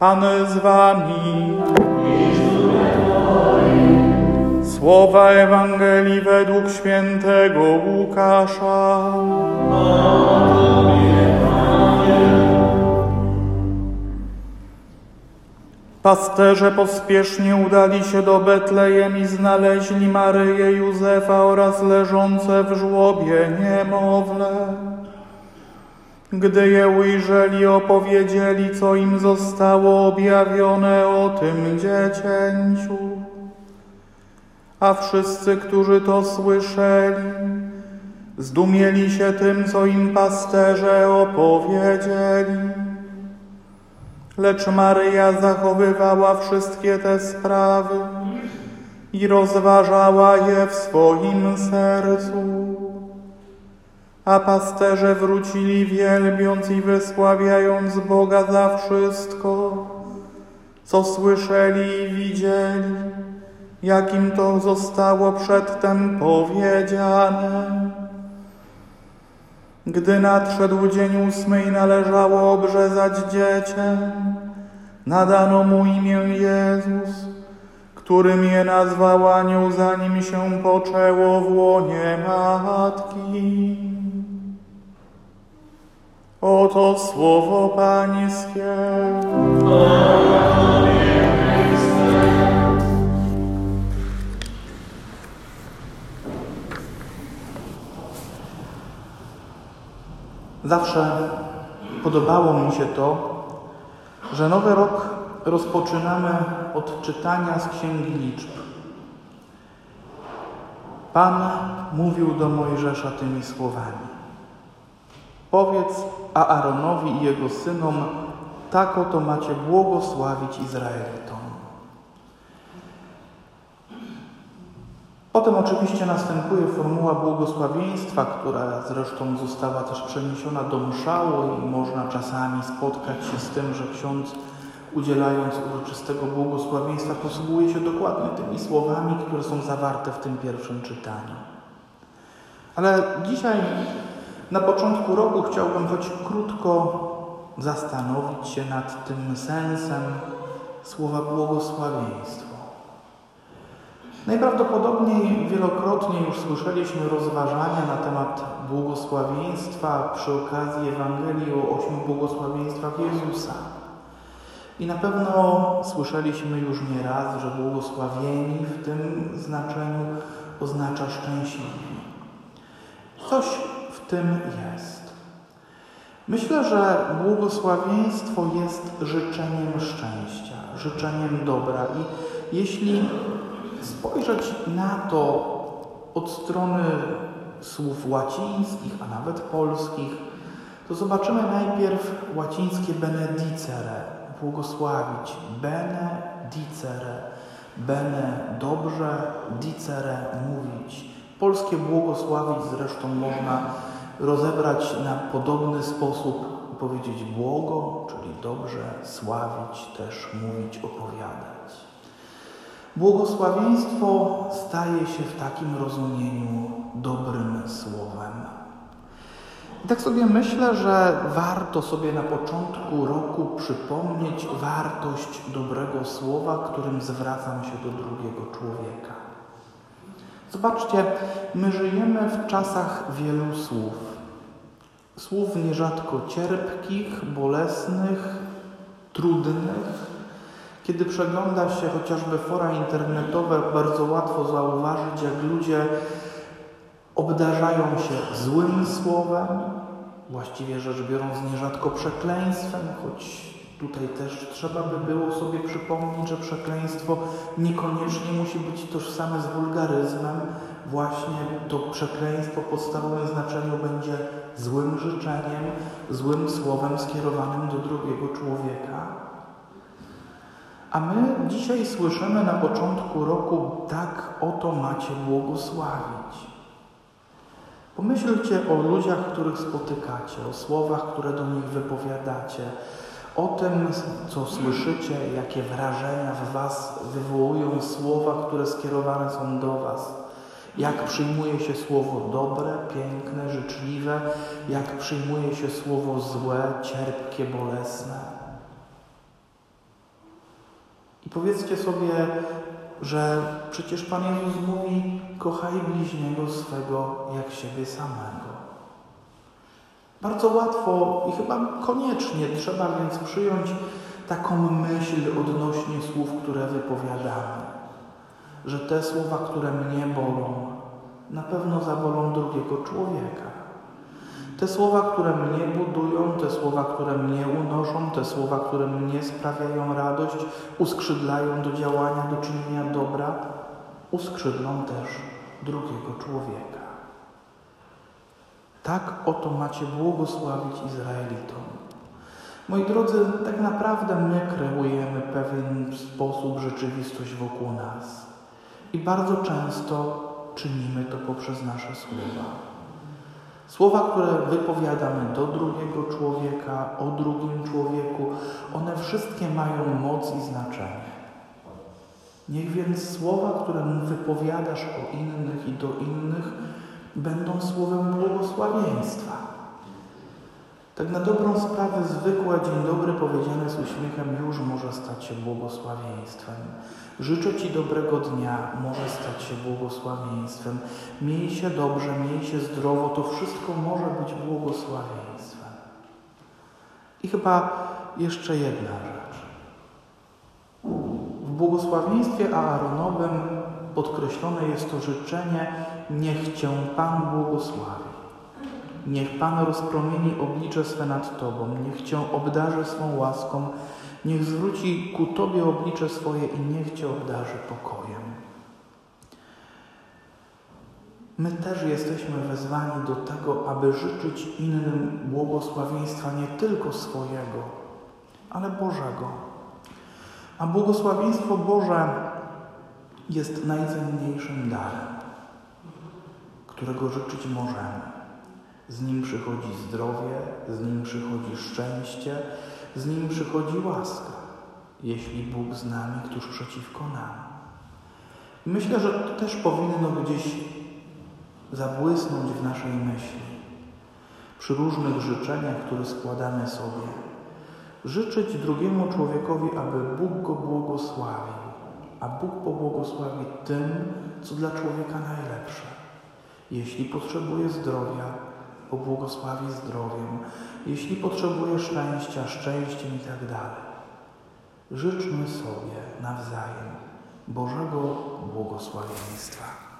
Pan z wami. Słowa Ewangelii według świętego Łukasza. Pasterze pospiesznie udali się do Betlejem i znaleźli Maryję, Józefa oraz leżące w żłobie niemowlę. Gdy je ujrzeli, opowiedzieli, co im zostało objawione o tym dziecięciu. A wszyscy, którzy to słyszeli, zdumieli się tym, co im pasterze opowiedzieli. Lecz Maryja zachowywała wszystkie te sprawy i rozważała je w swoim sercu. A pasterze wrócili wielbiąc i wysławiając Boga za wszystko, co słyszeli i widzieli, jak im to zostało przedtem powiedziane. Gdy nadszedł dzień 8 i należało obrzezać dziecię, nadano mu imię Jezus, którym je nazwał anioł, zanim się poczęło w łonie matki. Oto słowo Pańskie. Zawsze podobało mi się to, że Nowy Rok rozpoczynamy od czytania z Księgi Liczb. Pan mówił do Mojżesza tymi słowami: powiedz Aaronowi i jego synom, tak oto macie błogosławić Izraelitom. Potem oczywiście następuje formuła błogosławieństwa, która zresztą została też przeniesiona do mszału i można czasami spotkać się z tym, że ksiądz, udzielając uroczystego błogosławieństwa, posługuje się dokładnie tymi słowami, które są zawarte w tym pierwszym czytaniu. Ale dzisiaj, na początku roku, chciałbym choć krótko zastanowić się nad tym sensem słowa błogosławieństwo. Najprawdopodobniej wielokrotnie już słyszeliśmy rozważania na temat błogosławieństwa przy okazji Ewangelii o 8 błogosławieństwach Jezusa. I na pewno słyszeliśmy już nieraz, że błogosławieni w tym znaczeniu oznacza szczęśliwi. Coś w tym jest. Myślę, że błogosławieństwo jest życzeniem szczęścia, życzeniem dobra. I jeśli spojrzeć na to od strony słów łacińskich, a nawet polskich, to zobaczymy najpierw łacińskie benedicere, błogosławić, benedicere, bene dobrze, dicere mówić. Polskie błogosławić zresztą można rozebrać na podobny sposób i powiedzieć błogo, czyli dobrze, sławić, też mówić, opowiadać. Błogosławieństwo staje się w takim rozumieniu dobrym słowem. I tak sobie myślę, że warto sobie na początku roku przypomnieć wartość dobrego słowa, którym zwracam się do drugiego człowieka. Zobaczcie, my żyjemy w czasach wielu słów. Słów nierzadko cierpkich, bolesnych, trudnych. Kiedy przegląda się chociażby fora internetowe, bardzo łatwo zauważyć, jak ludzie obdarzają się złym słowem, właściwie rzecz biorąc nierzadko przekleństwem, choć tutaj też trzeba by było sobie przypomnieć, że przekleństwo niekoniecznie musi być tożsame z wulgaryzmem. Właśnie to przekleństwo w podstawowym znaczeniu będzie złym życzeniem, złym słowem skierowanym do drugiego człowieka. A my dzisiaj słyszymy na początku roku: tak oto macie błogosławić. Pomyślcie o ludziach, których spotykacie, o słowach, które do nich wypowiadacie, o tym, co słyszycie, jakie wrażenia w was wywołują słowa, które skierowane są do was. Jak przyjmuje się słowo dobre, piękne, życzliwe, jak przyjmuje się słowo złe, cierpkie, bolesne. Powiedzcie sobie, że przecież Pan Jezus mówi: kochaj bliźniego swego jak siebie samego. Bardzo łatwo i chyba koniecznie trzeba więc przyjąć taką myśl odnośnie słów, które wypowiadamy. Że te słowa, które mnie bolą, na pewno zabolą drugiego człowieka. Te słowa, które mnie budują, te słowa, które mnie unoszą, te słowa, które mnie sprawiają radość, uskrzydlają do działania, do czynienia dobra, uskrzydlą też drugiego człowieka. Tak oto macie błogosławić Izraelitom. Moi drodzy, tak naprawdę my kreujemy w pewien sposób rzeczywistość wokół nas. I bardzo często czynimy to poprzez nasze słowa. Słowa, które wypowiadamy do drugiego człowieka, o drugim człowieku, one wszystkie mają moc i znaczenie. Niech więc słowa, które wypowiadasz o innych i do innych, będą słowem błogosławieństwa. Tak na dobrą sprawę zwykłe dzień dobry powiedziane z uśmiechem już może stać się błogosławieństwem. Życzę Ci dobrego dnia może stać się błogosławieństwem. Miej się dobrze, miej się zdrowo, to wszystko może być błogosławieństwem. I chyba jeszcze jedna rzecz. W błogosławieństwie Aaronowym podkreślone jest to życzenie: niech Cię Pan błogosławi. Niech Pan rozpromieni oblicze swe nad Tobą, niech Cię obdarzy swą łaską, niech zwróci ku Tobie oblicze swoje i niech Cię obdarzy pokojem. My też jesteśmy wezwani do tego, aby życzyć innym błogosławieństwa nie tylko swojego, ale Bożego. A błogosławieństwo Boże jest najcenniejszym darem, którego życzyć możemy. Z nim przychodzi zdrowie, z nim przychodzi szczęście, z nim przychodzi łaska, jeśli Bóg z nami, któż przeciwko nam. Myślę, że to też powinno gdzieś zabłysnąć w naszej myśli. Przy różnych życzeniach, które składamy sobie, życzyć drugiemu człowiekowi, aby Bóg go błogosławił, a Bóg pobłogosławi tym, co dla człowieka najlepsze. Jeśli potrzebuje zdrowia, pobłogosławi zdrowiem. Jeśli potrzebuje szczęścia, szczęściem i tak dalej. Życzmy sobie nawzajem Bożego błogosławieństwa.